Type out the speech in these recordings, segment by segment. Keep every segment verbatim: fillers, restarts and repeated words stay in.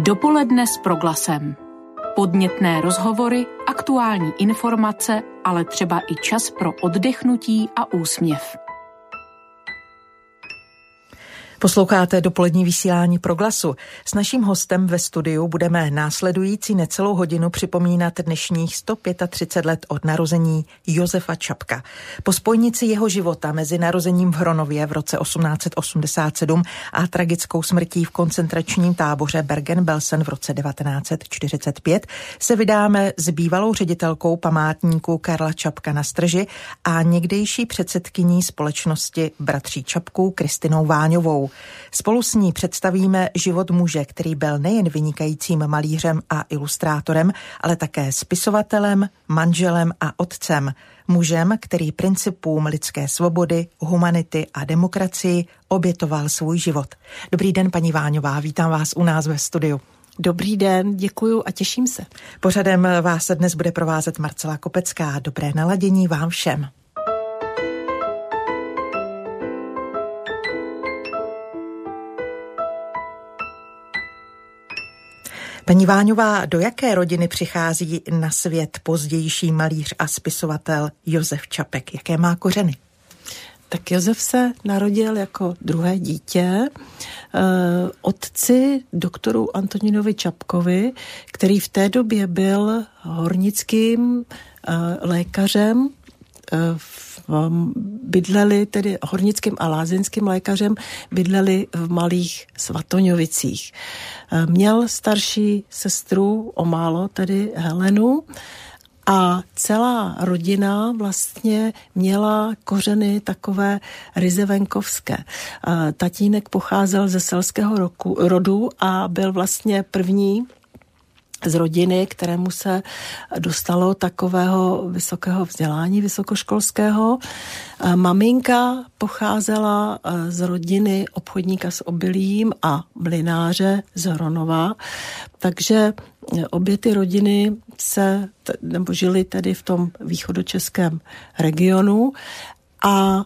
Dopoledne s Proglasem. Podnětné rozhovory, aktuální informace, ale třeba i čas pro oddechnutí a úsměv. Posloucháte dopolední vysílání Proglasu. S naším hostem ve studiu budeme následující necelou hodinu připomínat dnešních sto třicet pět let od narození Josefa Čapka. Po spojnici jeho života mezi narozením v Hronově v roce osmnáct osmdesát sedm a tragickou smrtí v koncentračním táboře Bergen-Belsen v roce devatenáct čtyřicet pět se vydáme s bývalou ředitelkou památníku Karla Čapka na Strži a někdejší předsedkyní společnosti bratří Čapků Kristinou Váňovou. Spolu s ní představíme život muže, který byl nejen vynikajícím malířem a ilustrátorem, ale také spisovatelem, manželem a otcem. Mužem, který principům lidské svobody, humanity a demokracii obětoval svůj život. Dobrý den, paní Váňová, vítám vás u nás ve studiu. Dobrý den, děkuju a těším se. Pořadem vás dnes bude provázet Marcela Kopecká. Dobré naladění vám všem. Paní Váňová, do jaké rodiny přichází na svět pozdější malíř a spisovatel Josef Čapek? Jaké má kořeny? Tak Josef se narodil jako druhé dítě otci doktoru Antonínovi Čapkovi, který v té době byl hornickým lékařem, bydleli, tedy hornickým a lázeňským lékařem, bydleli v Malých Svatoňovicích. Měl starší sestru o málo, tedy Helenu, a celá rodina vlastně měla kořeny takové ryze venkovské. Tatínek pocházel ze selského roku, rodu a byl vlastně první z rodiny, kterému se dostalo takového vysokého vzdělání, vysokoškolského. Maminka pocházela z rodiny obchodníka s obilím a mlynáře z Hronova, takže obě ty rodiny se, nebo žili tedy v tom východočeském regionu a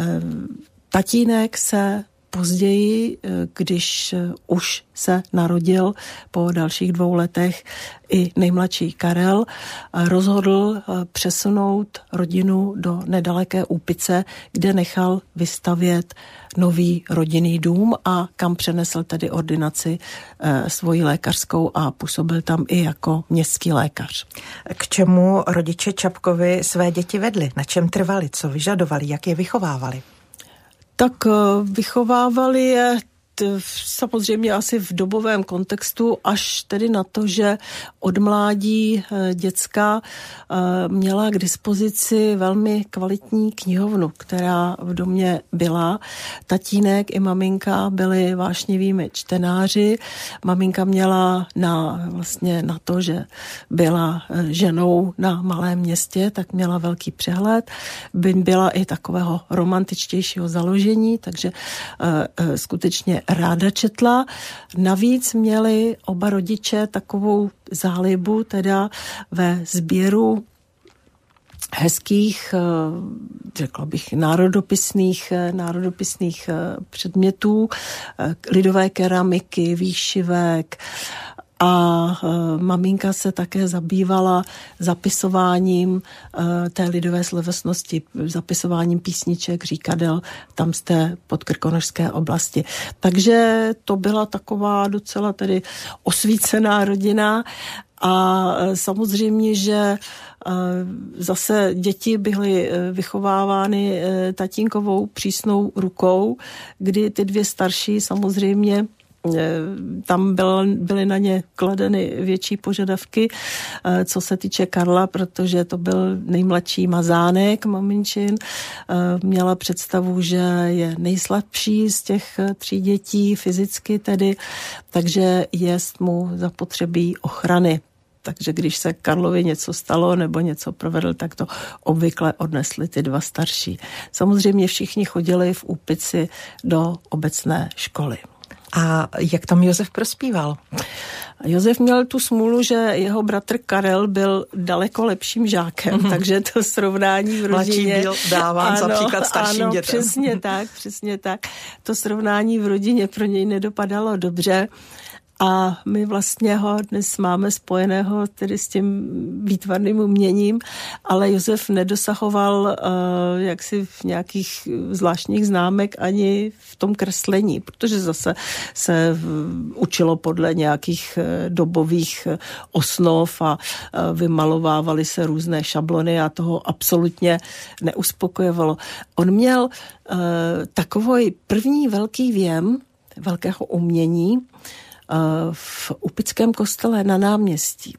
tatínek se později, když už se narodil po dalších dvou letech i nejmladší Karel, rozhodl přesunout rodinu do nedaleké Úpice, kde nechal vystavět nový rodinný dům a kam přenesl tedy ordinaci svoji lékařskou a působil tam i jako městský lékař. K čemu rodiče Čapkovi své děti vedli? Na čem trvali? Co vyžadovali? Jak je vychovávali? Tak vychovávali je samozřejmě asi v dobovém kontextu až tedy na to, že od mládí děcka měla k dispozici velmi kvalitní knihovnu, která v domě byla. Tatínek i maminka byli vášnivými čtenáři. Maminka měla na, vlastně na to, že byla ženou na malém městě, tak měla velký přehled. Byla i takového romantičtějšího založení, takže skutečně ráda četla. Navíc měli oba rodiče takovou zálibu teda ve sběru hezkých, řekla bych, národopisných, národopisných předmětů, lidové keramiky, výšivek. A maminka se také zabývala zapisováním té lidové slovesnosti, zapisováním písniček, říkadel tam z té podkrkonošské oblasti. Takže to byla taková docela tedy osvícená rodina a samozřejmě, že zase děti byly vychovávány tatínkovou přísnou rukou, kdy ty dvě starší samozřejmě tam byl, byly na ně kladeny větší požadavky, co se týče Karla, protože to byl nejmladší mazánek maminčin. Měla představu, že je nejslabší z těch tří dětí fyzicky tedy, takže jest mu zapotřebí ochrany. Takže když se Karlovi něco stalo nebo něco provedl, tak to obvykle odnesli ty dva starší. Samozřejmě všichni chodili v Úpici do obecné školy. A jak tam Josef prospíval? Josef měl tu smůlu, že jeho bratr Karel byl daleko lepším žákem, mm-hmm. takže to srovnání v rodině... Mladší byl dáván za příklad starším ano, dětem. Přesně tak, přesně tak. To srovnání v rodině pro něj nedopadalo dobře. a my vlastně ho dnes máme spojeného tedy s tím výtvarným uměním, ale Josef nedosahoval uh, jaksi v nějakých zvláštních známek ani v tom kreslení, protože zase se učilo podle nějakých dobových osnov a vymalovávaly se různé šablony a toho absolutně neuspokojovalo. On měl uh, takový první velký věm velkého umění uh, v Úpickém kostele na náměstí.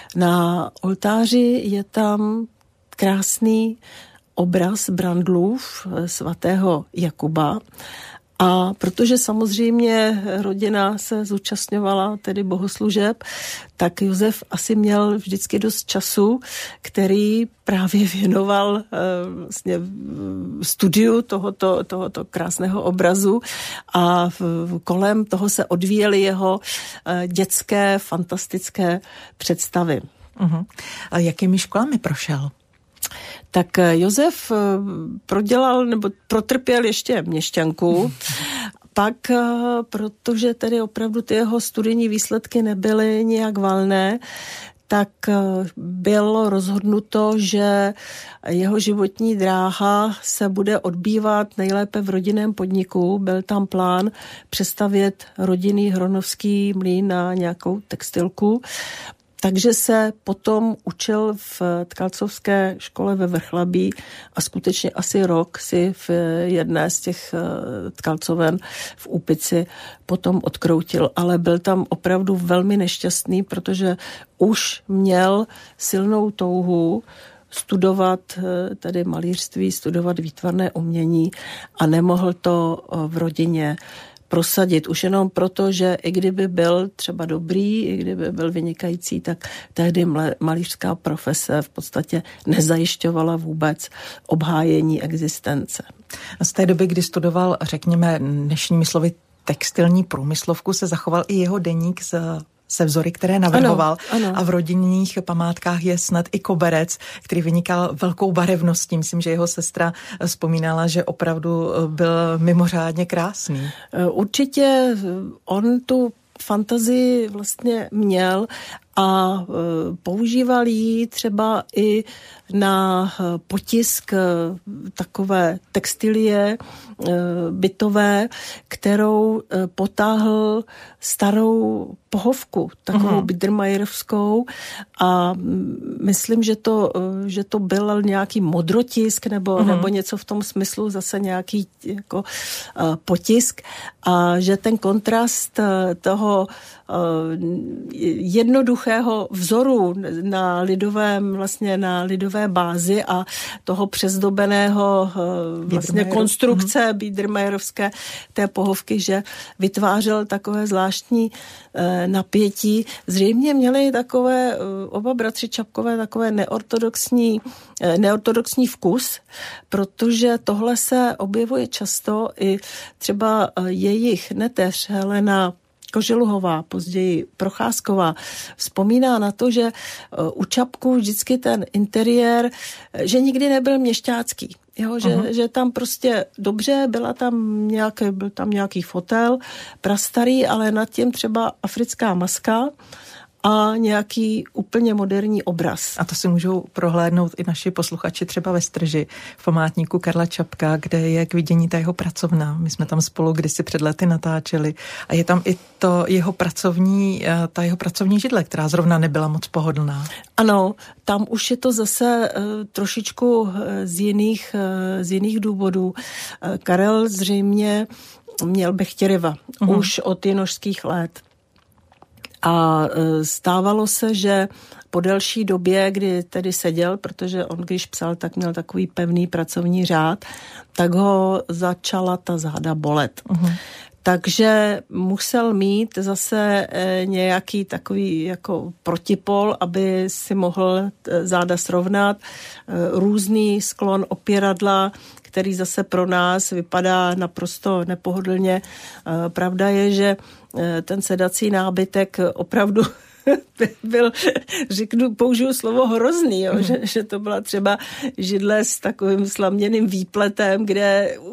Na oltáři je tam krásný obraz Brandlův svatého Jakuba. A protože samozřejmě rodina se zúčastňovala tedy bohoslužeb, tak Josef asi měl vždycky dost času, který právě věnoval vlastně studiu tohoto, tohoto krásného obrazu a kolem toho se odvíjely jeho dětské, fantastické představy. Uh-huh. A jakými školami prošel? Tak Josef prodělal nebo protrpěl ještě měšťanku, pak, protože tedy opravdu ty jeho studijní výsledky nebyly nijak valné, tak bylo rozhodnuto, že jeho životní dráha se bude odbývat nejlépe v rodinném podniku. Byl tam plán přestavět rodinný hronovský mlýn na nějakou textilku. Takže se potom učil v tkalcovské škole ve Vrchlabí a skutečně asi rok si v jedné z těch tkalcoven v Úpici potom odkroutil, ale byl tam opravdu velmi nešťastný, protože už měl silnou touhu studovat tedy malířství, studovat výtvarné umění a nemohl to v rodině prosadit. Už jenom proto, že i kdyby byl třeba dobrý, i kdyby byl vynikající, tak tehdy malířská profese v podstatě nezajišťovala vůbec obhájení existence. Z té doby, kdy studoval, řekněme, dnešními slovy textilní průmyslovku, se zachoval i jeho deník z se vzory, které navrhoval. Ano, ano. A v rodinných památkách je snad i koberec, který vynikal velkou barevností. Myslím, že jeho sestra vzpomínala, že opravdu byl mimořádně krásný. Určitě on tu fantazii vlastně měl a používal ji třeba i na potisk takové textilie bytové, kterou potáhl starou pohovku, takovou uh-huh. biedermeierovskou a myslím, že to, že to byl nějaký modrotisk nebo, uh-huh. nebo něco v tom smyslu, zase nějaký jako potisk a že ten kontrast toho jednoduchého vzoru na lidovém, vlastně na lidové bázi a toho přezdobeného vlastně konstrukce mm-hmm. biedermeierovské té pohovky, že vytvářel takové zvláštní napětí. Zřejmě měli takové oba bratři Čapkové takové neortodoxní, neortodoxní vkus, protože tohle se objevuje často i třeba jejich neteř Helena Koželuhová, později Procházková, vzpomíná na to, že u Čapků vždycky ten interiér, že nikdy nebyl měšťácký. Jo, že, uh-huh. že tam prostě dobře, byla tam nějaký, byl tam nějaký fotel, prastarý, ale nad tím třeba africká maska a nějaký úplně moderní obraz. A to si můžou prohlédnout i naši posluchači třeba ve Strži, v památníku Karla Čapka, kde je k vidění ta jeho pracovna. My jsme tam spolu kdysi před lety natáčeli a je tam i to jeho pracovní, ta jeho pracovní židle, která zrovna nebyla moc pohodlná. Ano, tam už je to zase uh, trošičku z jiných, uh, z jiných důvodů. Uh, Karel zřejmě měl Bechtěreva uh-huh. už od jinožských let. A stávalo se, že po delší době, kdy tedy seděl, protože on když psal, tak měl takový pevný pracovní řád, tak ho začala ta záda bolet. Uh-huh. Takže musel mít zase nějaký takový jako protipol, aby si mohl záda srovnat. Různý sklon opěradla, který zase pro nás vypadá naprosto nepohodlně. Pravda je, že ten sedací nábytek opravdu byl, řeknu, použiju slovo hrozný, jo, mm. že, že to byla třeba židle s takovým slaměným výpletem, kde už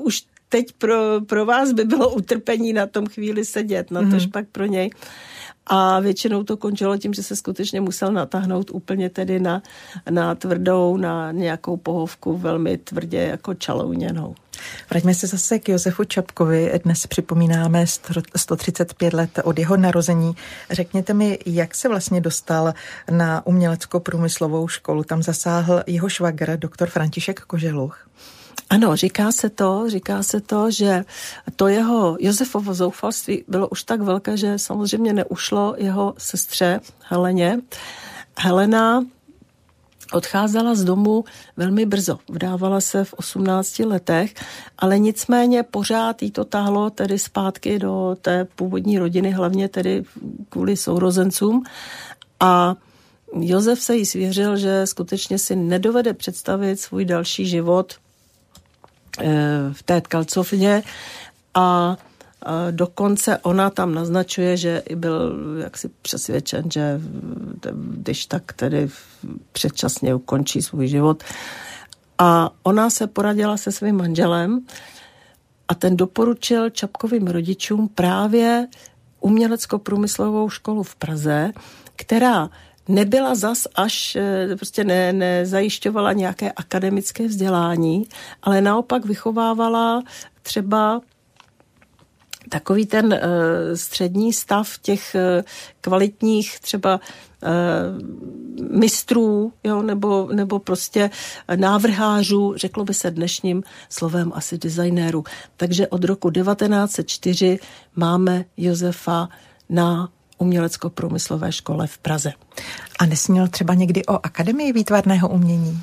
teď pro, pro vás by bylo utrpení na tom chvíli sedět, na tož mm. pak pro něj. A většinou to končilo tím, že se skutečně musel natáhnout úplně tedy na, na tvrdou, na nějakou pohovku velmi tvrdě jako čalouněnou. Vraťme se zase k Josefu Čapkovi. Dnes připomínáme sto třicet pět let od jeho narození. Řekněte mi, jak se vlastně dostal na umělecko-průmyslovou školu. Tam zasáhl jeho švagr, doktor František Koželuch. Ano, říká se to, říká se to, že to jeho Josefovo zoufalství bylo už tak velké, že samozřejmě neušlo jeho sestře Heleně. Helena odcházela z domu velmi brzo, vdávala se v osmnácti letech, ale nicméně pořád jí to táhlo tedy zpátky do té původní rodiny, hlavně tedy kvůli sourozencům. A Josef se jí svěřil, že skutečně si nedovede představit svůj další život v té tkalcovně a dokonce ona tam naznačuje, že byl jaksi přesvědčen, že když tak tedy předčasně ukončí svůj život. A ona se poradila se svým manželem a ten doporučil Čapkovým rodičům právě umělecko-průmyslovou školu v Praze, která nebyla zas až, prostě ne, nezajišťovala nějaké akademické vzdělání, ale naopak vychovávala třeba takový ten uh, střední stav těch uh, kvalitních třeba uh, mistrů, jo, nebo, nebo prostě návrhářů, řeklo by se dnešním slovem asi designérů. Takže od roku devatenáct set čtyři máme Josefa na umělecko-průmyslové škole v Praze. A nesměl třeba někdy o Akademii výtvarného umění?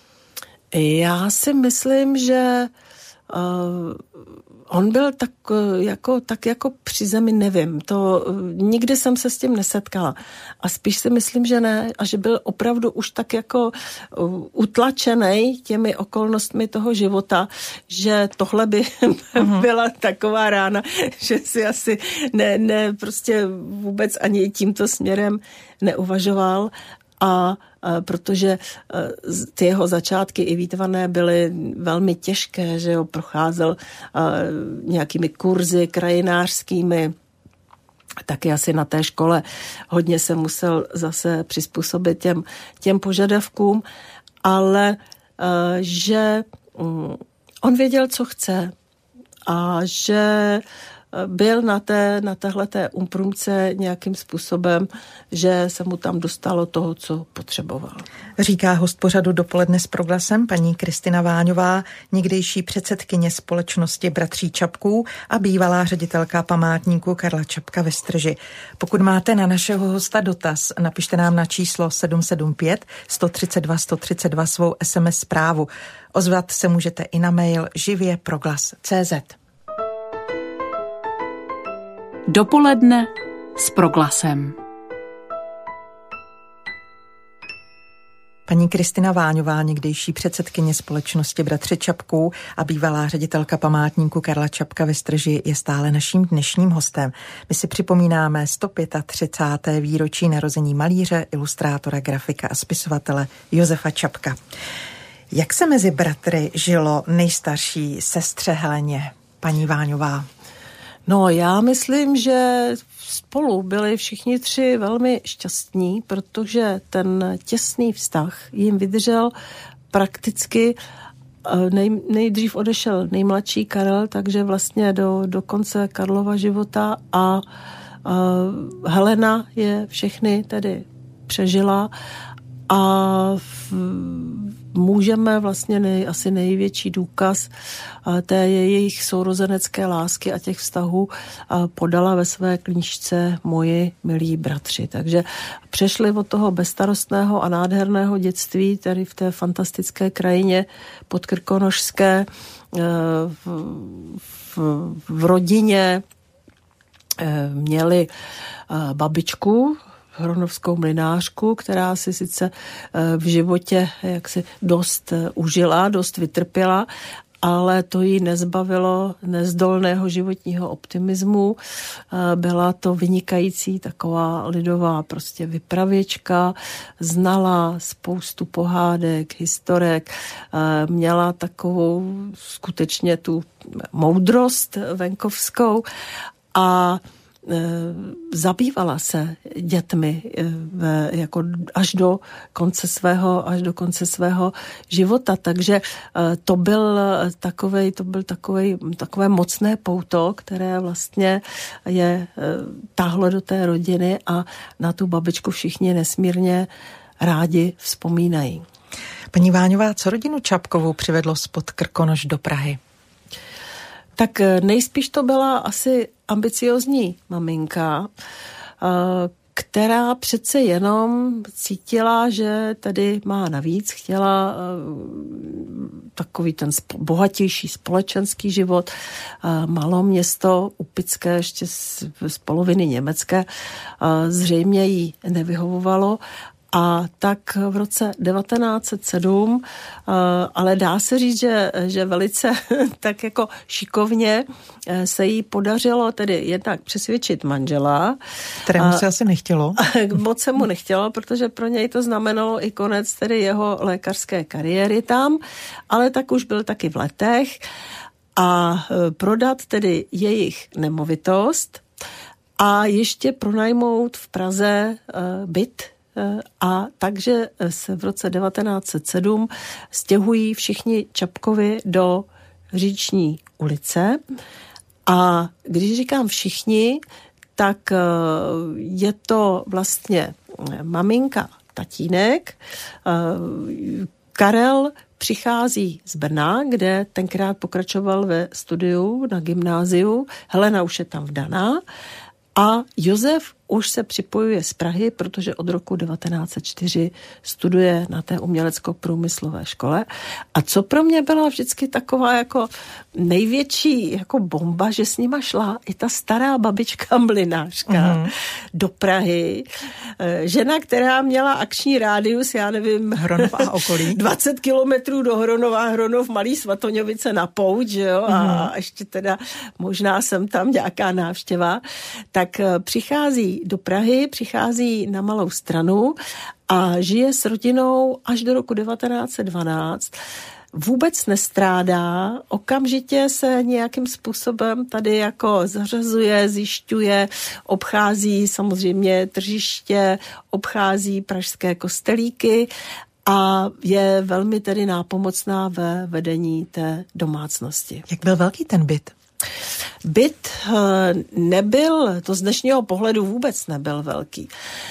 Já si myslím, že uh, on byl tak jako, tak jako při zemi, nevím. To, uh, nikdy jsem se s tím nesetkala. A spíš si myslím, že ne. A že byl opravdu už tak jako uh, utlačený těmi okolnostmi toho života, že tohle by uh-huh. byla taková rána, že si asi ne, ne prostě vůbec ani tímto směrem neuvažoval. A protože ty jeho začátky i výtvarné byly velmi těžké, že jo, procházel nějakými kurzy krajinářskými, taky asi na té škole hodně se musel zase přizpůsobit těm, těm požadavkům, ale že on věděl, co chce a že byl na té, na téhleté umprumce nějakým způsobem, že se mu tam dostalo toho, co potřeboval. Říká host pořadu Dopoledne s Proglasem paní Kristina Váňová, někdejší předsedkyně společnosti Bratří Čapků a bývalá ředitelka památníku Karla Čapka ve Strži. Pokud máte na našeho hosta dotaz, napište nám na číslo sedm sedm pět sto třicet dva sto třicet dva svou es em es zprávu. Ozvat se můžete i na mail živě proglas tečka cé zet. Dopoledne s Proglasem. Paní Kristina Váňová, někdejší předsedkyně společnosti Bratři Čapků a bývalá ředitelka památníku Karla Čapka ve Strži, je stále naším dnešním hostem. My si připomínáme sto třicáté páté výročí narození malíře, ilustrátora, grafika a spisovatele Josefa Čapka. Jak se mezi bratry žilo nejstarší sestře Heleně, paní Váňová? No, já myslím, že spolu byli všichni tři velmi šťastní, protože ten těsný vztah jim vydržel prakticky. Nej, nejdřív odešel nejmladší Karel, takže vlastně do, do konce Karlova života a, a Helena je všechny tedy přežila a v, můžeme vlastně nej, asi největší důkaz té jejich sourozenecké lásky a těch vztahů podala ve své knížce Moji milí bratři. Takže přešli od toho bezstarostného a nádherného dětství, tady v té fantastické krajině podkrkonošské, v, v, v rodině měli babičku, hronovskou mlynářku, která si sice v životě jaksi dost užila, dost vytrpěla, ale to jí nezbavilo nezdolného životního optimismu. Byla to vynikající taková lidová prostě vypravěčka, znala spoustu pohádek, historek, měla takovou skutečně tu moudrost venkovskou a zabývala se dětmi jako až do konce svého, až do konce svého života, takže to byl takovej, to byl takovej, takové mocné pouto, které vlastně je táhlo do té rodiny a na tu babičku všichni nesmírně rádi vzpomínají. Paní Váňová, co rodinu Čapkovou přivedlo spod Krkonoš do Prahy? Tak nejspíš to byla asi ambiciózní maminka, která přece jenom cítila, že tady má navíc, chtěla takový ten bohatější společenský život. Malé město Upické, ještě z, z poloviny německé, zřejmě jí nevyhovovalo. A tak v roce devatenáct set sedm, ale dá se říct, že, že velice tak jako šikovně se jí podařilo tedy jednak přesvědčit manžela. Kterému se asi nechtělo. Moc se mu nechtělo, protože pro něj to znamenalo i konec tedy jeho lékařské kariéry tam, ale tak už byl taky v letech a prodat tedy jejich nemovitost a ještě pronajmout v Praze byt. A takže se v roce devatenáct set sedm stěhují všichni Čapkovi do Říční ulice. A když říkám všichni, tak je to vlastně maminka, tatínek. Karel přichází z Brna, kde tenkrát pokračoval ve studiu na gymnáziu. Helena už je tam vdaná. A Josef už se připojuje z Prahy, protože od roku devatenáct set čtyři studuje na té umělecko-průmyslové škole. A co pro mě byla vždycky taková jako největší jako bomba, že s nima šla i ta stará babička mlynářka mm-hmm. do Prahy. Žena, která měla akční rádius, já nevím, Hronov a okolí. dvacet kilometrů do Hronova, Hronov, Malý Svatoňovice na pouť, že jo, mm-hmm. a ještě teda možná jsem tam nějaká návštěva, tak přichází do Prahy, přichází na Malou Stranu a žije s rodinou až do roku devatenáct set dvanáct. Vůbec nestrádá, okamžitě se nějakým způsobem tady jako zařazuje, zjišťuje, obchází samozřejmě tržiště, obchází pražské kostelíky a je velmi tedy nápomocná ve vedení té domácnosti. Jak byl velký ten byt? Byt nebyl, to z dnešního pohledu vůbec nebyl velký.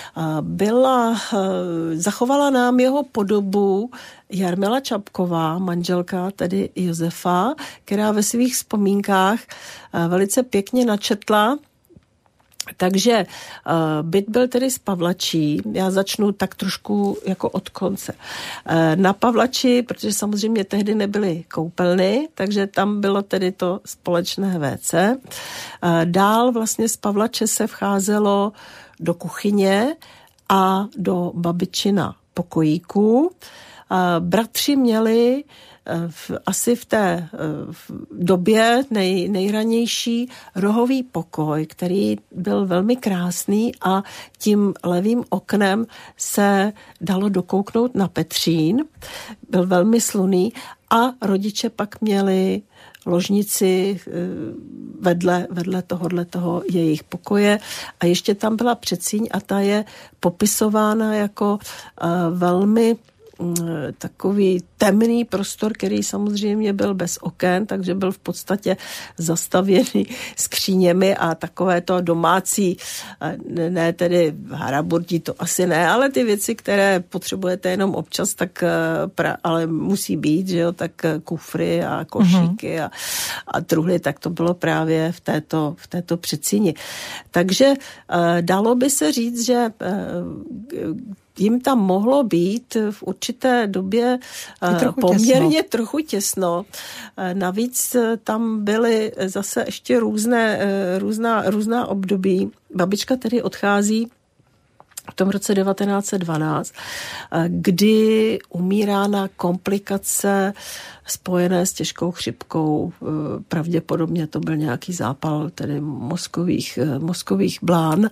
Byla, zachovala nám jeho podobu Jarmila Čapková, manželka tedy Josefa, která ve svých vzpomínkách velice pěkně načetla. Takže uh, byt byl tedy z Pavlačí. Já začnu tak trošku jako od konce. Uh, na Pavlači, protože samozřejmě tehdy nebyly koupelny, takže tam bylo tedy to společné vé cé. Uh, dál vlastně z Pavlače se vcházelo do kuchyně a do babičina pokojíku. Uh, bratři měli V, asi v té v době nej, nejranější rohový pokoj, který byl velmi krásný a tím levým oknem se dalo dokouknout na Petřín. Byl velmi slunný a rodiče pak měli ložnici vedle, vedle tohohle toho jejich pokoje a ještě tam byla předsíň a ta je popisována jako uh, velmi takový temný prostor, který samozřejmě byl bez oken, takže byl v podstatě zastavěný skříněmi a takové to domácí, ne tedy haraburtí, to asi ne, ale ty věci, které potřebujete jenom občas, tak ale musí být, že jo, tak kufry a košíky mm-hmm. a, a truhly, tak to bylo právě v této, v této předsíni. Takže dalo by se říct, že jim tam mohlo být v určité době trochu poměrně těsno. trochu těsno. Navíc tam byly zase ještě různé, různá, různá období. Babička tedy odchází v tom roce devatenáct set dvanáct, kdy umírá na komplikace spojené s těžkou chřipkou. Pravděpodobně to byl nějaký zápal tedy mozkových, mozkových blán.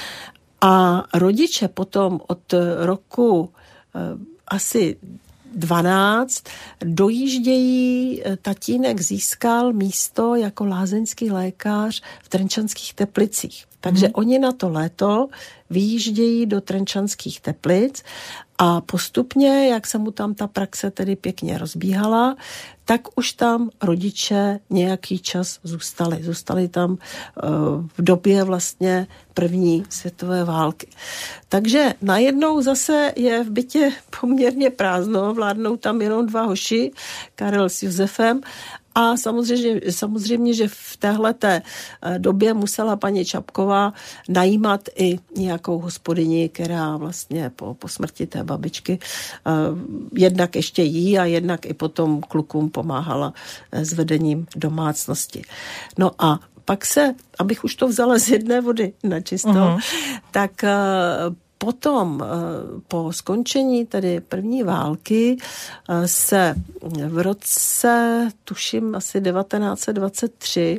A rodiče potom od roku asi dvanáct dojíždějí, tatínek získal místo jako lázeňský lékař v Trenčanských Teplicích. Takže hmm. oni na to léto vyjíždějí do Trenčanských Teplic a postupně, jak se mu tam ta praxe tedy pěkně rozbíhala, tak už tam rodiče nějaký čas zůstali. Zůstali tam uh, v době vlastně první světové války. Takže najednou zase je v bytě poměrně prázdno, vládnou tam jenom dva hoši, Karel s Josefem. A samozřejmě, samozřejmě, že v téhleté době musela paní Čapková najímat i nějakou hospodyni, která vlastně po, po smrti té babičky uh, jednak ještě jí a jednak i potom klukům pomáhala s vedením domácnosti. No a pak se, abych už to vzala z jedné vody na čisto, uh-huh. tak uh, potom po skončení tedy první války se v roce, tuším asi devatenáct set dvacet tři,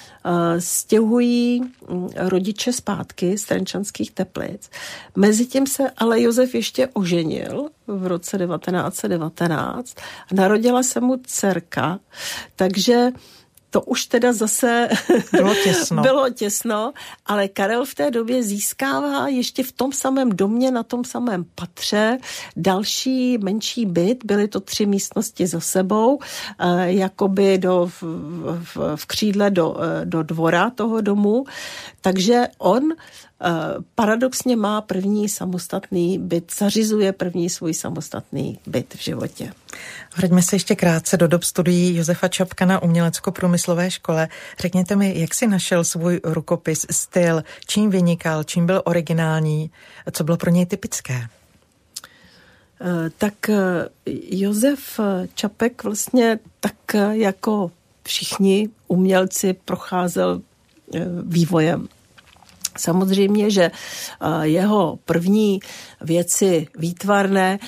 stěhují rodiče zpátky z Trenčanských Teplic. Mezitím se ale Josef ještě oženil v roce devatenáct set devatenáct a narodila se mu dcerka, takže to už teda zase bylo těsno. bylo těsno, ale Karel v té době získává ještě v tom samém domě, na tom samém patře další menší byt, byly to tři místnosti za sebou, eh, jakoby do, v, v, v křídle do, do dvora toho domu, takže on paradoxně má první samostatný byt, zařizuje první svůj samostatný byt v životě. Vraťme se ještě krátce do dob studií Josefa Čapka na umělecko-průmyslové škole. Řekněte mi, jak si našel svůj rukopis, styl, čím vynikal, čím byl originální, co bylo pro něj typické? Tak Josef Čapek vlastně tak jako všichni umělci procházel vývojem. Samozřejmě, že jeho první věci výtvarné,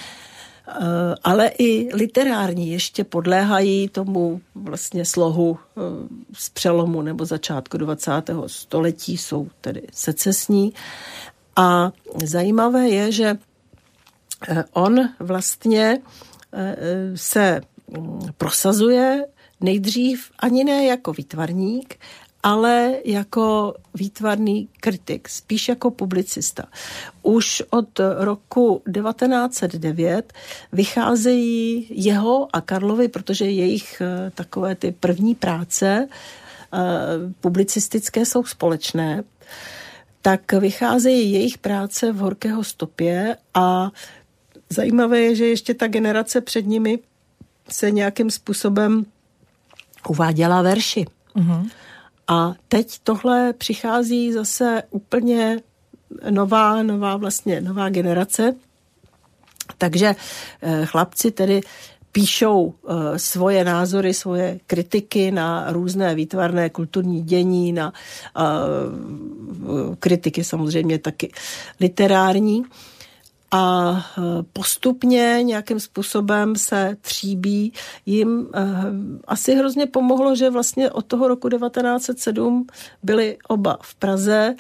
ale i literární ještě podléhají tomu vlastně slohu z přelomu nebo začátku dvacátého století, jsou tedy secesní. A zajímavé je, že on vlastně se prosazuje nejdřív ani ne jako výtvarník, ale jako výtvarný kritik, spíš jako publicista. Už od roku devatenáct set devět vycházejí jeho a Karlovy, protože jejich takové ty první práce publicistické jsou společné, tak vycházejí jejich práce v Horkého stopě a zajímavé je, že ještě ta generace před nimi se nějakým způsobem uváděla verši. Mm-hmm. A teď tohle přichází zase úplně nová, nová vlastně nová generace. Takže chlapci tedy píšou svoje názory, svoje kritiky na různé výtvarné kulturní dění, na kritiky samozřejmě taky literární. A postupně nějakým způsobem se tříbí. Jim asi hrozně pomohlo, že vlastně od toho roku devatenáct set sedm byli oba v Praze.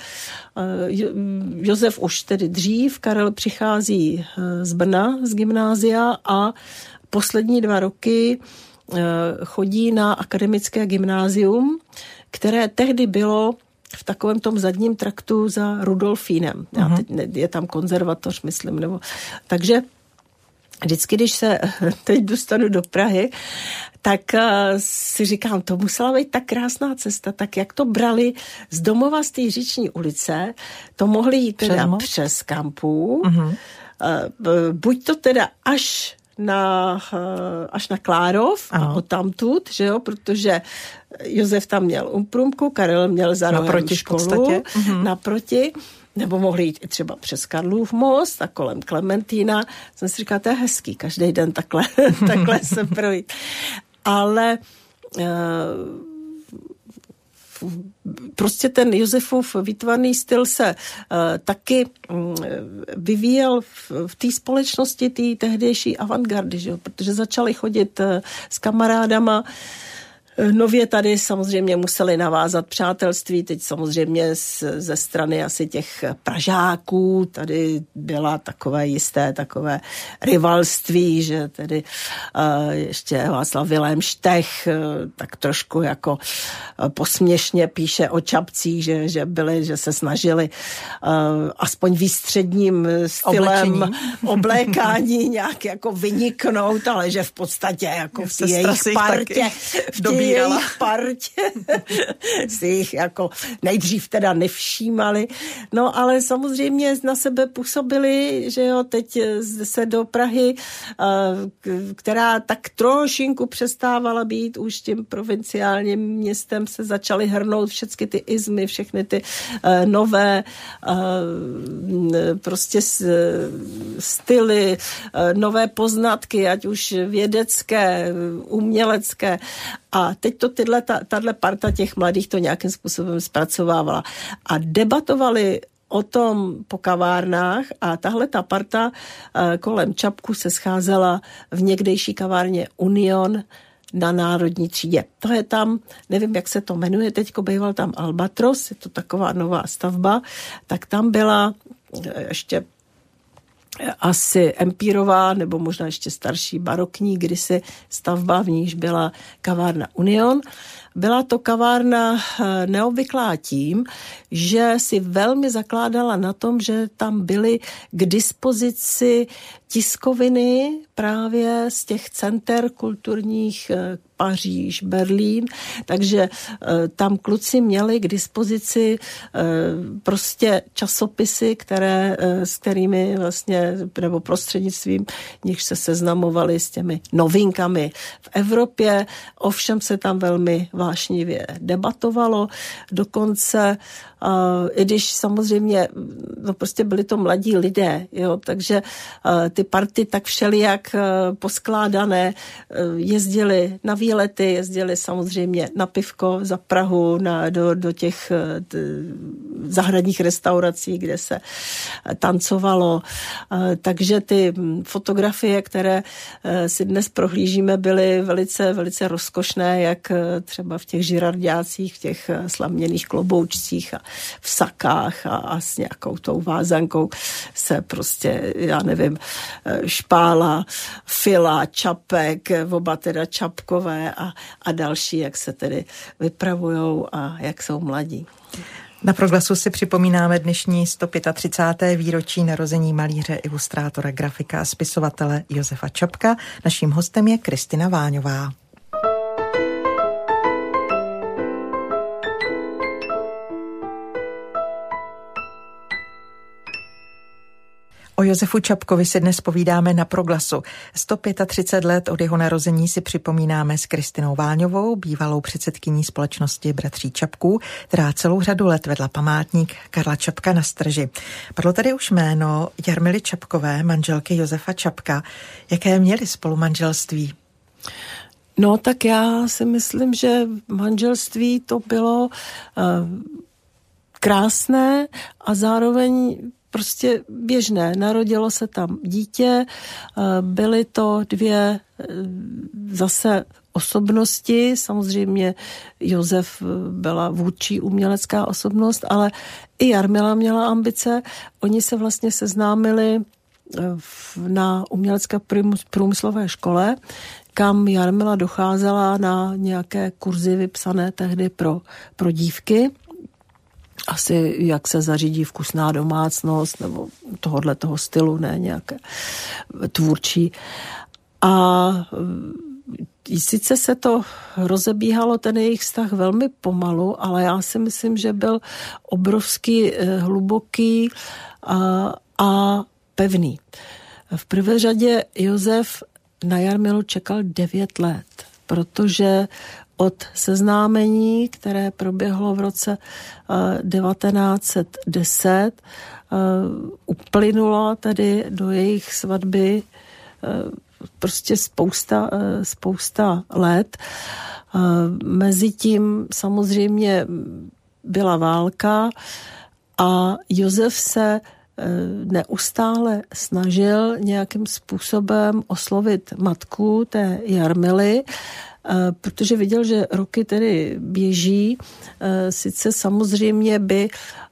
Josef už tedy dřív, Karel přichází z Brna, z gymnázia a poslední dva roky chodí na akademické gymnázium, které tehdy bylo v takovém tom zadním traktu za Rudolfínem. Já teď, je tam konzervatoř, myslím. Nebo, takže vždycky, když se teď dostanu do Prahy, tak uh, si říkám, to musela být tak krásná cesta, tak jak to brali z domova z té Říční ulice, to mohli jít teda přes, přes Kampů, uh-huh. uh, buď to teda až na, až na Klárov a odtamtud, že jo, protože Josef tam měl umprumku, Karel měl za rohem školu, mm-hmm. naproti, nebo mohli jít i třeba přes Karlův most a kolem Klementína. Jsem si říkala, to je hezký, každý den takhle, takhle se projít. Ale prostě ten Josefův výtvarný styl se taky vyvíjel v té společnosti, té tehdejší avantgardy, že jo? Protože začali chodit s kamarádama. Nově tady samozřejmě museli navázat přátelství, teď samozřejmě z, ze strany asi těch Pražáků, tady byla takové jisté, takové rivalství, že tedy uh, ještě Václav Vilém Štech uh, tak trošku jako uh, posměšně píše o Čapcích, že, že byli, že se snažili uh, aspoň výstředním stylem Oblečení. oblékání nějak jako vyniknout, ale že v podstatě jako v té jejich partě, v té jejich partě si jich jako nejdřív teda nevšímali. No ale samozřejmě na sebe působili, že jo, teď se do Prahy, která tak trošinku přestávala být už tím provinciálním městem, se začaly hrnout všechny ty izmy, všechny ty nové prostě styly, nové poznatky, ať už vědecké, umělecké. A teď to tyhle, ta, tato parta těch mladých to nějakým způsobem zpracovávala. A debatovali o tom po kavárnách a tahle ta parta kolem Čapku se scházela v někdejší kavárně Union na Národní třídě. To je tam, nevím, jak se to jmenuje, teďko býval tam Albatros, je to taková nová stavba, tak tam byla ještě asi empírová, nebo možná ještě starší barokní, kdysi stavba, v níž byla kavárna Union. Byla to kavárna neobvyklá tím, že si velmi zakládala na tom, že tam byly k dispozici tiskoviny právě z těch center kulturních, Paříž, Berlín, takže tam kluci měli k dispozici prostě časopisy, které, s kterými vlastně, nebo prostřednictvím nich se seznamovali s těmi novinkami v Evropě, ovšem se tam velmi vášnivě debatovalo, dokonce Uh, i když samozřejmě no prostě byli to mladí lidé, jo, takže uh, ty party tak všelijak uh, poskládané uh, jezdili na výlety, jezdili samozřejmě na pivko za Prahu, na, do, do těch uh, t, zahradních restaurací, kde se uh, tancovalo. Uh, takže ty fotografie, které uh, si dnes prohlížíme, byly velice, velice rozkošné, jak uh, třeba v těch žirarďácích, v těch uh, slaměných kloboučcích a v sakách a, a s nějakou tou vázankou se prostě, já nevím, Špála, Fila, Čapek, oba teda Čapkové a, a další, jak se tedy vypravujou a jak jsou mladí. Na Proglasu si připomínáme dnešní sto třicáté páté výročí narození malíře, ilustrátora, grafika a spisovatele Josefa Čapka. Naším hostem je Kristina Váňová. O Josefu Čapkovi si dnes povídáme na Proglasu. sto třicet pět let od jeho narození si připomínáme s Kristinou Váňovou, bývalou předsedkyní společnosti bratří Čapků, která celou řadu let vedla památník Karla Čapka na Strži. Padlo tady už jméno Jarmily Čapkové, manželky Josefa Čapka. Jaké měli spolu manželství? No tak já si myslím, že manželství to bylo uh, krásné a zároveň prostě běžné. Narodilo se tam dítě, byly to dvě zase osobnosti, samozřejmě Josef byla vůdčí umělecká osobnost, ale i Jarmila měla ambice. Oni se vlastně seznámili na umělecké průmyslové škole, kam Jarmila docházela na nějaké kurzy vypsané tehdy pro, pro dívky. Asi jak se zařídí vkusná domácnost nebo tohodle toho stylu, ne nějaké tvůrčí. A sice se to rozebíhalo, ten jejich vztah velmi pomalu, ale já si myslím, že byl obrovský, hluboký a, a pevný. V prvé řadě Josef na Jarmilu čekal devět let, protože od seznámení, které proběhlo v roce devatenáct set deset, uplynulo tedy do jejich svatby prostě spousta, spousta let. Mezitím samozřejmě byla válka a Josef se neustále snažil nějakým způsobem oslovit matku té Jarmily, protože viděl, že roky tedy běží. Sice samozřejmě by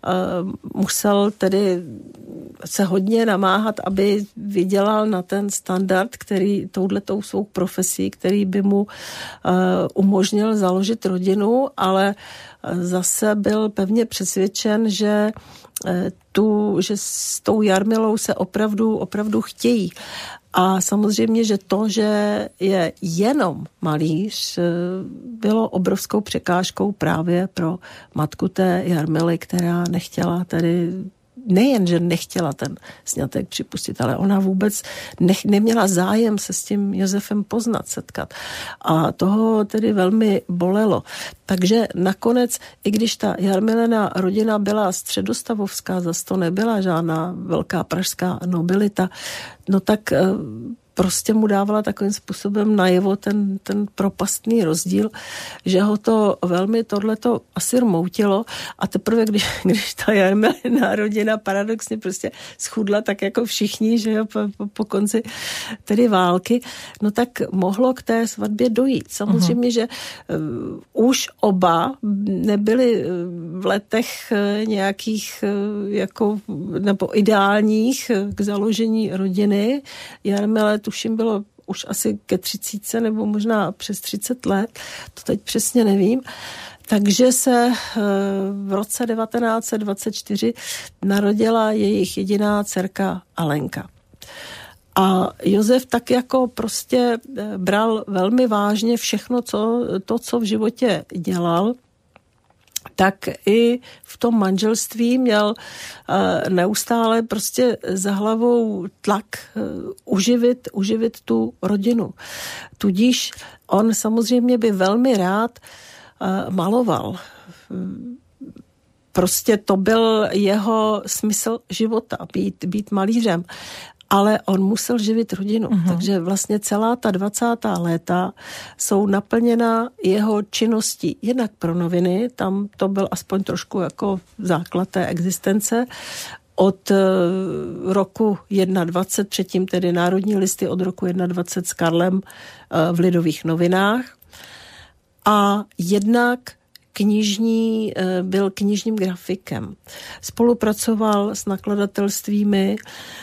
musel tedy se hodně namáhat, aby vydělal na ten standard, který touhletou svou profesí, který by mu umožnil založit rodinu, ale zase byl pevně přesvědčen, že tu, že s tou Jarmilou se opravdu, opravdu chtějí. A samozřejmě, že to, že je jenom malíř, bylo obrovskou překážkou právě pro matku té Jarmily, která nechtěla tedy nejen, že nechtěla ten sňatek připustit, ale ona vůbec nech, neměla zájem se s tím Josefem poznat, setkat. A toho tedy velmi bolelo. Takže nakonec, i když ta Jarmilina rodina byla středostavovská, zas to nebyla žádná velká pražská nobilita, no tak prostě mu dávala takovým způsobem najevo ten, ten propastný rozdíl, že ho to velmi tohleto asi rmoutilo a teprve, když, když ta Jarmilina rodina paradoxně prostě schudla tak jako všichni, že jo, po, po, po konci tedy války, no tak mohlo k té svatbě dojít. Samozřejmě, uh-huh. že uh, už oba nebyli v letech uh, nějakých uh, jako, nebo ideálních uh, k založení rodiny. Jarmile tuším bylo už asi ke třicítce nebo možná přes třicet let, to teď přesně nevím. Takže se v roce devatenáct set dvacet čtyři narodila jejich jediná dcerka Alenka. A Josef tak jako prostě bral velmi vážně všechno, co, to, co v životě dělal, tak i v tom manželství měl uh, neustále prostě za hlavou tlak uh, uživit, uživit tu rodinu. Tudíž on samozřejmě by velmi rád uh, maloval. Prostě to byl jeho smysl života, být, být malířem. Ale on musel živit rodinu, uh-huh. takže vlastně celá ta dvacátá léta jsou naplněna jeho činností. Jednak pro noviny, tam to byl aspoň trošku jako základ té existence. Od uh, roku dvacet jedna, předtím tedy Národní listy od roku dvacet jedna s Karlem uh, v Lidových novinách. A jednak knižní, byl knižním grafikem. Spolupracoval s nakladatelstvími.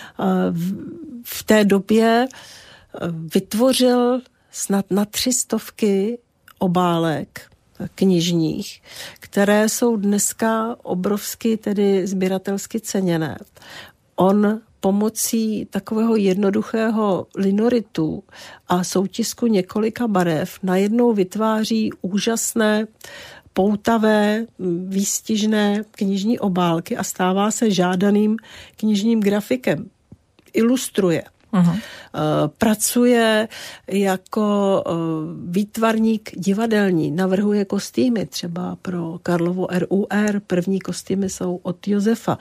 V té době vytvořil snad na tři stovky obálek knižních, které jsou dneska obrovsky tedy sběratelsky ceněné. On pomocí takového jednoduchého linoritu a soutisku několika barev najednou vytváří úžasné poutavé, výstižné knižní obálky a stává se žádaným knižním grafikem. Ilustruje. Uh-huh. Pracuje jako výtvarník divadelní, navrhuje kostýmy třeba pro Karlovo R U R, první kostýmy jsou od Josefa.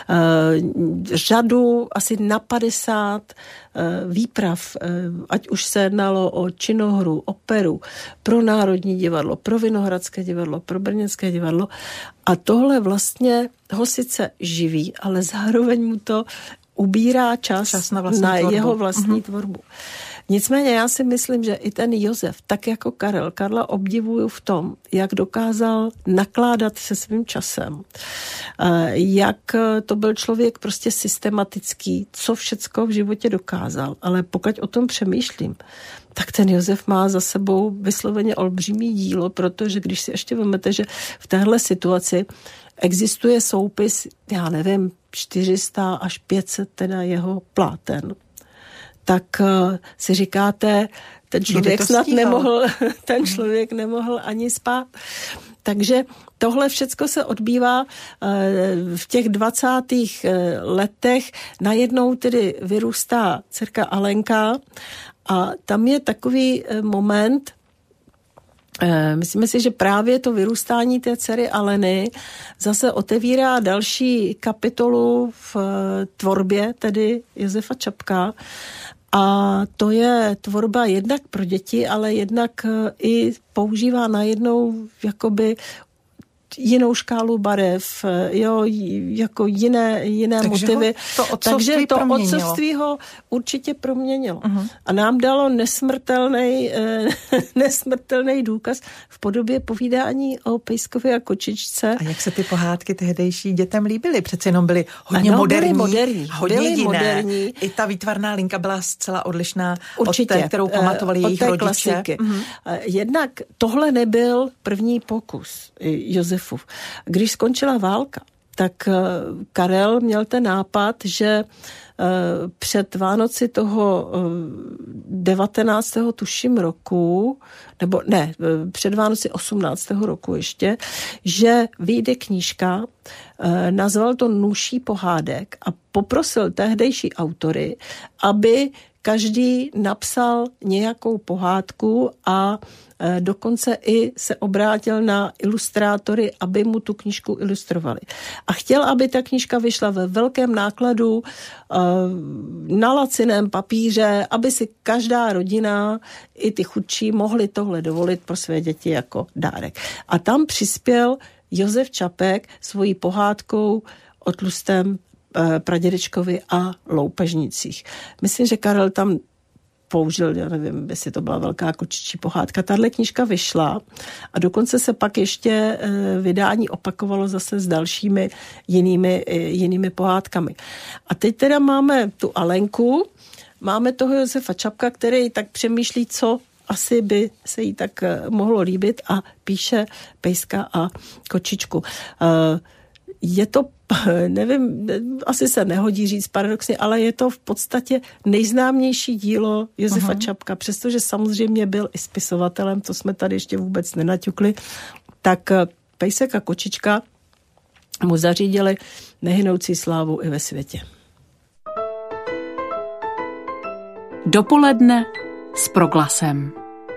Řadu asi na padesát výprav, ať už se jednalo o činohru, operu, pro Národní divadlo, pro Vinohradské divadlo, pro Brněnské divadlo a tohle vlastně ho sice živí, ale zároveň mu to ubírá čas, čas na, na jeho vlastní uh-huh. tvorbu. Nicméně já si myslím, že i ten Josef, tak jako Karel, Karla obdivuju v tom, jak dokázal nakládat se svým časem, jak to byl člověk prostě systematický, co všecko v životě dokázal, ale pokud o tom přemýšlím, tak ten Josef má za sebou vysloveně olbřímý dílo, protože když si ještě vezmete, že v téhle situaci existuje soupis, já nevím, čtyři sta až pět set teda jeho pláten, tak uh, si říkáte, ten člověk snad nemohl, ten člověk nemohl ani spát. Takže tohle všecko se odbývá uh, v těch dvacátých letech. Najednou tedy vyrůstá dcerka Alenka a tam je takový moment, myslíme si, že právě to vyrůstání té dcery Aleny zase otevírá další kapitolu v tvorbě, tedy Josefa Čapka. A to je tvorba jednak pro děti, ale jednak i používá najednou jakoby jinou škálu barev, jo, jako jiné, jiné Takže motivy. To Takže to proměnilo. otcovství ho určitě proměnilo. Uh-huh. A nám dalo nesmrtelný, eh, nesmrtelný důkaz v podobě povídání o pejskovi a kočičce. A jak se ty pohádky tehdejší dětem líbily? Přece jenom byly hodně ano, moderní, byly moderní, hodně byly jiné. Moderní. I ta výtvarná linka byla zcela odlišná určitě, od té, kterou pamatovali jejich rodiče. Klasiky. Uh-huh. Jednak tohle nebyl první pokus Josefův. Když skončila válka, tak Karel měl ten nápad, že před Vánoci toho devatenáctého tuším roku, nebo ne, před Vánoci osmnáctého roku ještě, že vyjde knížka, nazval to Nůší pohádek a poprosil tehdejší autory, aby každý napsal nějakou pohádku a dokonce i se obrátil na ilustrátory, aby mu tu knížku ilustrovali. A chtěl, aby ta knížka vyšla ve velkém nákladu, na laciném papíře, aby si každá rodina, i ty chudší, mohli tohle dovolit pro své děti jako dárek. A tam přispěl Josef Čapek svojí pohádkou o tlustém pradědečkovi a loupežnicích. Myslím, že Karel tam použil, já nevím, jestli to byla velká kočičí pohádka. Tahle knížka vyšla a dokonce se pak ještě vydání opakovalo zase s dalšími jinými, jinými pohádkami. A teď teda máme tu Alenku, máme toho Josefa Čapka, který tak přemýšlí, co asi by se jí tak mohlo líbit a píše Pejska a kočičku. Je to, nevím, asi se nehodí říct paradoxně, ale je to v podstatě nejznámější dílo Josefa uh-huh. Čapka, přestože samozřejmě byl i spisovatelem, to jsme tady ještě vůbec nenaťukli, tak Pejsek a kočička mu zařídili nehynoucí slávu i ve světě. Dopoledne s Proglasem.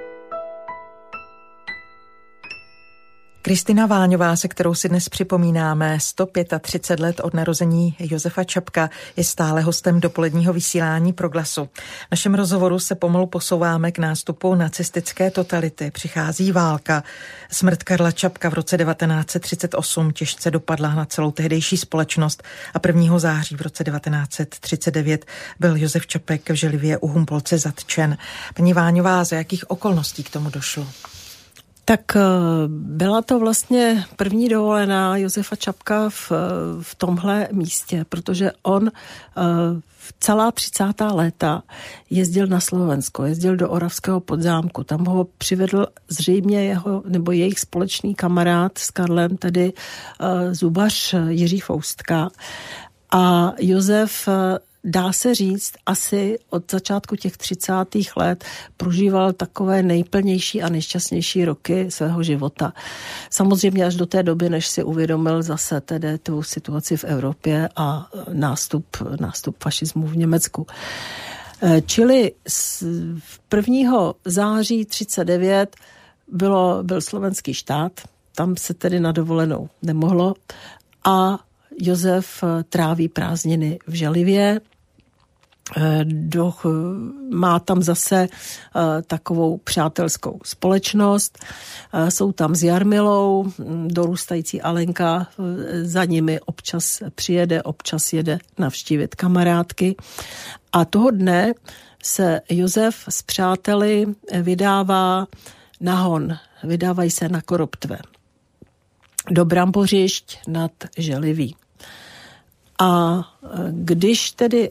Kristina Váňová, se kterou si dnes připomínáme sto třicet pět let od narození Josefa Čapka, je stále hostem dopoledního vysílání Proglasu. V našem rozhovoru se pomalu posouváme k nástupu nacistické totality. Přichází válka. Smrt Karla Čapka v roce devatenáct set třicet osm těžce dopadla na celou tehdejší společnost a prvního září v roce devatenáct set třicet devět byl Josef Čapek v Želivě u Humpolce zatčen. Paní Váňová, za jakých okolností k tomu došlo? Tak byla to vlastně první dovolená Josefa Čapka v, v tomhle místě, protože on v celá třicátá léta jezdil na Slovensko, jezdil do Oravského Podzámku, tam ho přivedl zřejmě jeho nebo jejich společný kamarád s Karlem, tedy zubař Jiří Foustka. A Josef, dá se říct, asi od začátku těch třicátých let prožíval takové nejplnější a nejšťastnější roky svého života. Samozřejmě až do té doby, než si uvědomil zase tedy tu situaci v Evropě a nástup, nástup fašismu v Německu. Čili prvního září třicet devět bylo, byl slovenský štát, tam se tedy na dovolenou nemohlo a Josef tráví prázdniny v Želivě, do, má tam zase uh, takovou přátelskou společnost, uh, jsou tam s Jarmilou, dorůstající Alenka uh, za nimi občas přijede, občas jede navštívit kamarádky a toho dne se Josef s přáteli vydává na hon, vydávají se na Koroptve do Brambořišť nad Želiví. A když tedy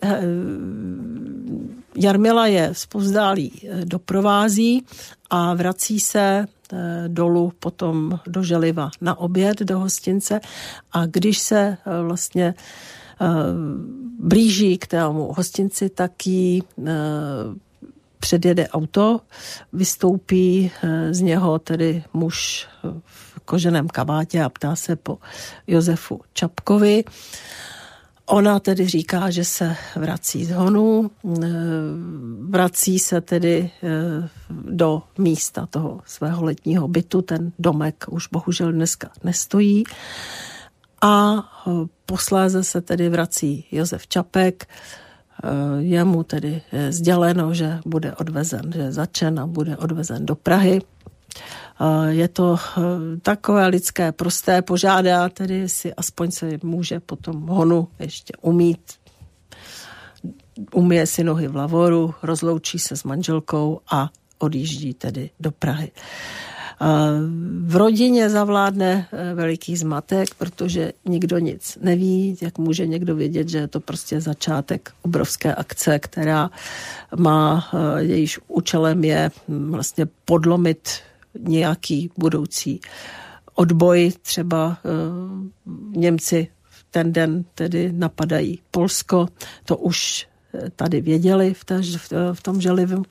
Jarmila je zpovzdálí doprovází a vrací se dolů potom do Želiva na oběd do hostince a když se vlastně blíží k tému hostinci, tak jí předjede auto, vystoupí z něho tedy muž v koženém kabátě a ptá se po Josefu Čapkovi. Ona tedy říká, že se vrací z honu, vrací se tedy do místa toho svého letního bytu, ten domek už bohužel dneska nestojí a posléze se tedy vrací Josef Čapek, je mu tedy sděleno, že bude odvezen, že je zatčen a bude odvezen do Prahy. Je to takové lidské prosté, požádá tedy, si aspoň se může potom honu ještě umýt. Umyje si nohy v lavoru, rozloučí se s manželkou a odjíždí tedy do Prahy. V rodině zavládne veliký zmatek, protože nikdo nic neví, jak může někdo vědět, že je to prostě začátek obrovské akce, která má, jejíž účelem je vlastně podlomit nějaký budoucí odboj. Třeba Němci v ten den tedy napadají Polsko, to už tady věděli v, té, v tom Želivu.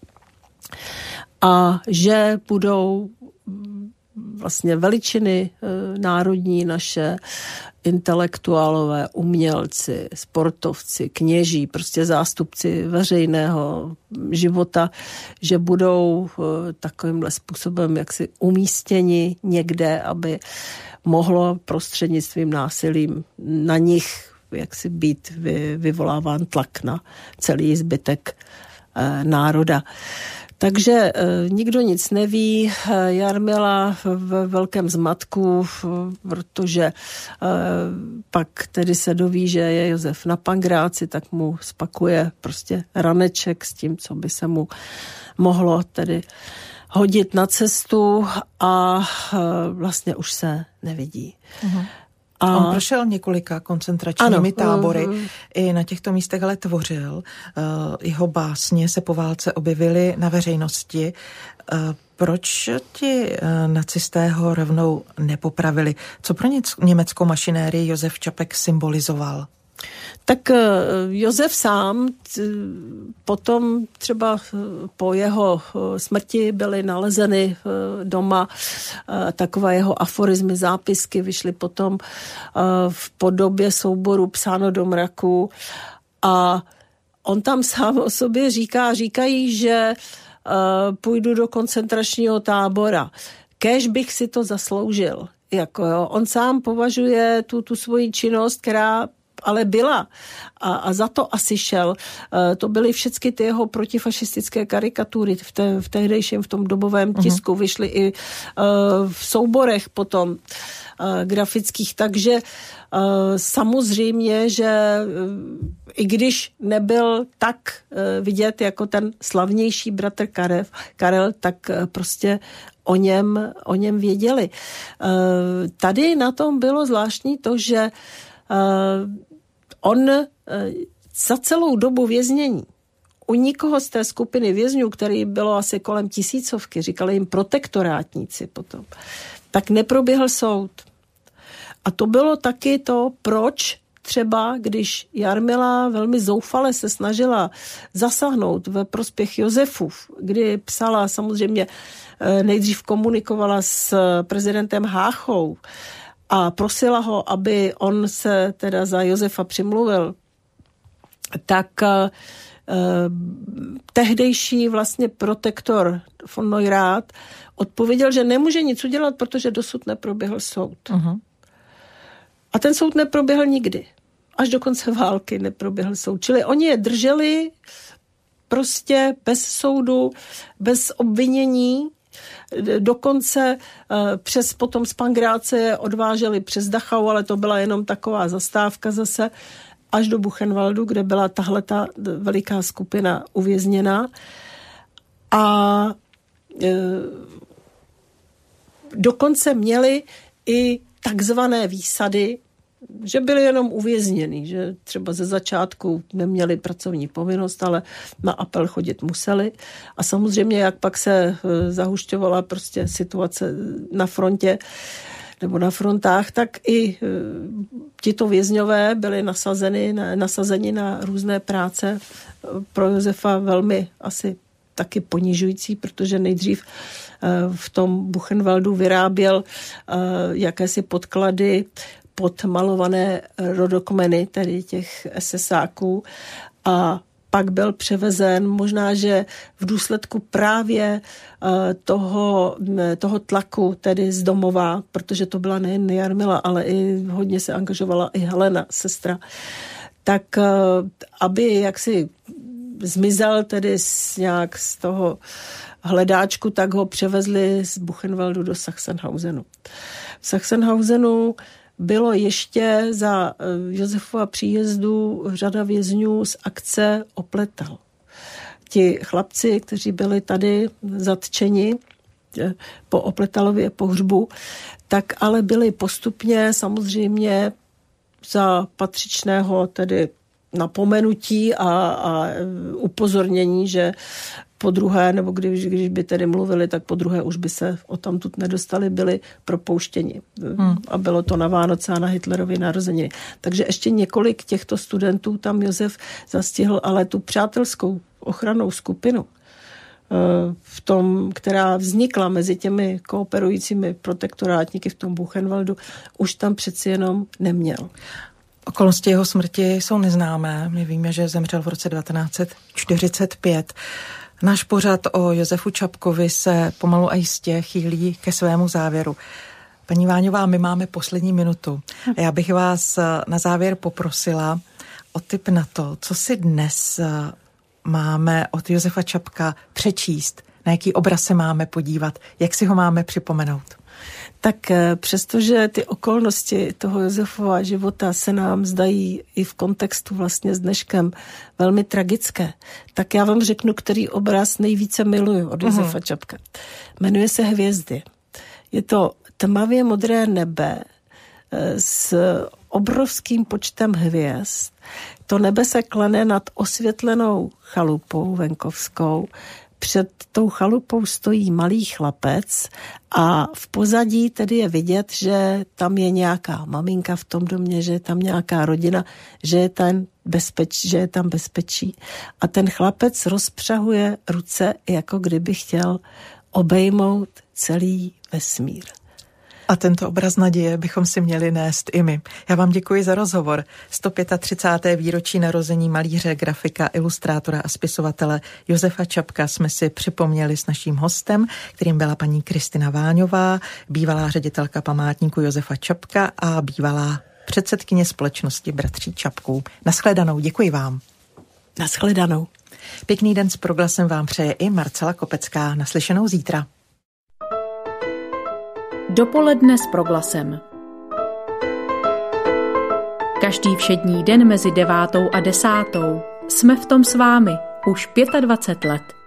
A že budou vlastně veličiny národní naše, intelektuálové, umělci, sportovci, kněží, prostě zástupci veřejného života, že budou takovýmhle způsobem jaksi umístěni někde, aby mohlo prostřednictvím násilím na nich jaksi být vy, vyvoláván tlak na celý zbytek eh, národa. Takže e, nikdo nic neví, Jarmila v velkém zmatku, protože e, pak tedy se doví, že je Josef na Pangráci, tak mu spakuje prostě raneček s tím, co by se mu mohlo tedy hodit na cestu a e, vlastně už se nevidí. Uh-huh. A on prošel několika koncentračními ano, tábory, uh, i na těchto místech ale tvořil. Uh, jeho básně se po válce objevily na veřejnosti. Uh, proč ti uh, nacisté ho rovnou nepopravili? Co pro ně, německou mašinérii Josef Čapek symbolizoval? Tak Josef sám potom třeba po jeho smrti byly nalezeny doma takové jeho aforizmy, zápisky, vyšly potom v podobě souboru Psáno do mraku a on tam sám o sobě říká, říkají, že půjdu do koncentračního tábora. Kéž bych si to zasloužil. Jako jo. On sám považuje tu, tu svoji činnost, která ale byla a, a za to asi šel. E, to byly všechny ty jeho protifašistické karikatury v, te, v tehdejším, v tom dobovém tisku, uh-huh. vyšly i e, v souborech potom e, grafických, takže e, samozřejmě, že e, i když nebyl tak e, vidět jako ten slavnější bratr Karel, Karel tak e, prostě o něm, o něm věděli. E, tady na tom bylo zvláštní to, že Uh, on uh, za celou dobu věznění u nikoho z té skupiny vězňů, který bylo asi kolem tisícovky, říkali jim protektorátníci potom, tak neproběhl soud. A to bylo taky to, proč třeba, když Jarmila velmi zoufale se snažila zasáhnout ve prospěch Josefův, kdy psala samozřejmě, nejdřív komunikovala s prezidentem Háchou, a prosila ho, aby on se teda za Josefa přimluvil, tak eh, tehdejší vlastně protektor von Neurath odpověděl, že nemůže nic udělat, protože dosud neproběhl soud. Uh-huh. A ten soud neproběhl nikdy. Až do konce války neproběhl soud. Čili oni je drželi prostě bez soudu, bez obvinění. Dokonce přes potom z Pangráce je odváželi přes Dachau, ale to byla jenom taková zastávka zase, až do Buchenwaldu, kde byla tahleta veliká skupina uvězněná. A e, dokonce měli i takzvané výsady, že byli jenom uvězněni, že třeba ze začátku neměli pracovní povinnost, ale na apel chodit museli. A samozřejmě, jak pak se zahušťovala prostě situace na frontě nebo na frontách, tak i tito vězňové byli nasazeni, nasazeni na různé práce. Pro Josefa velmi asi taky ponižující, protože nejdřív v tom Buchenwaldu vyráběl jakési podklady pod malované rodokmeny, tedy těch esesáků, a pak byl převezen, možná, že v důsledku právě toho, toho tlaku, tedy z domova, protože to byla nejen Jarmila, ale i hodně se angažovala i Helena, sestra, tak aby jaksi zmizel tedy z nějak z toho hledáčku, tak ho převezli z Buchenwaldu do Sachsenhausenu. V Sachsenhausenu bylo ještě za Josefova příjezdu řada vězňů z akce Opletal. Ti chlapci, kteří byli tady zatčeni po Opletalově pohřbu, tak ale byli postupně samozřejmě za patřičného tedy napomenutí a, a upozornění, že po druhé, nebo když, když by tedy mluvili, tak po druhé už by se odtamtud nedostali, byli propouštěni. Hmm. A bylo to na Vánoce a na Hitlerovy narozeniny. Takže ještě několik těchto studentů tam Josef zastihl, ale tu přátelskou ochrannou skupinu, v tom, která vznikla mezi těmi kooperujícími protektorátníky v tom Buchenwaldu, už tam přeci jenom neměl. Okolnosti jeho smrti jsou neznámé. My víme, že zemřel v roce devatenáct set čtyřicet pět. Náš pořad o Josefu Čapkovi se pomalu a jistě chýlí ke svému závěru. Paní Váňová, my máme poslední minutu. A já bych vás na závěr poprosila o tip na to, co si dnes máme od Josefa Čapka přečíst, na jaký obraz se máme podívat, jak si ho máme připomenout. Tak přestože ty okolnosti toho Josefova života se nám zdají i v kontextu vlastně s dneškem velmi tragické, tak já vám řeknu, který obraz nejvíce miluju od Josefa mm. Čapka. Jmenuje se Hvězdy. Je to tmavě modré nebe s obrovským počtem hvězd. To nebe se klene nad osvětlenou chalupou venkovskou. Před tou chalupou stojí malý chlapec a v pozadí tedy je vidět, že tam je nějaká maminka v tom domě, že je tam nějaká rodina, že je tam bezpečí, že je tam bezpečí. A ten chlapec rozpřahuje ruce, jako kdyby chtěl obejmout celý vesmír. A tento obraz naděje bychom si měli nést i my. Já vám děkuji za rozhovor. sto třicáté páté výročí narození malíře, grafika, ilustrátora a spisovatele Josefa Čapka jsme si připomněli s naším hostem, kterým byla paní Kristina Váňová, bývalá ředitelka památníku Josefa Čapka a bývalá předsedkyně společnosti bratří Čapků. Naschledanou, děkuji vám. Naschledanou. Pěkný den s Proglasem vám přeje i Marcela Kopecká. Naslyšenou zítra. Dopoledne s Proglasem. Každý všední den mezi devátou a desátou jsme v tom s vámi už dvacet pět let.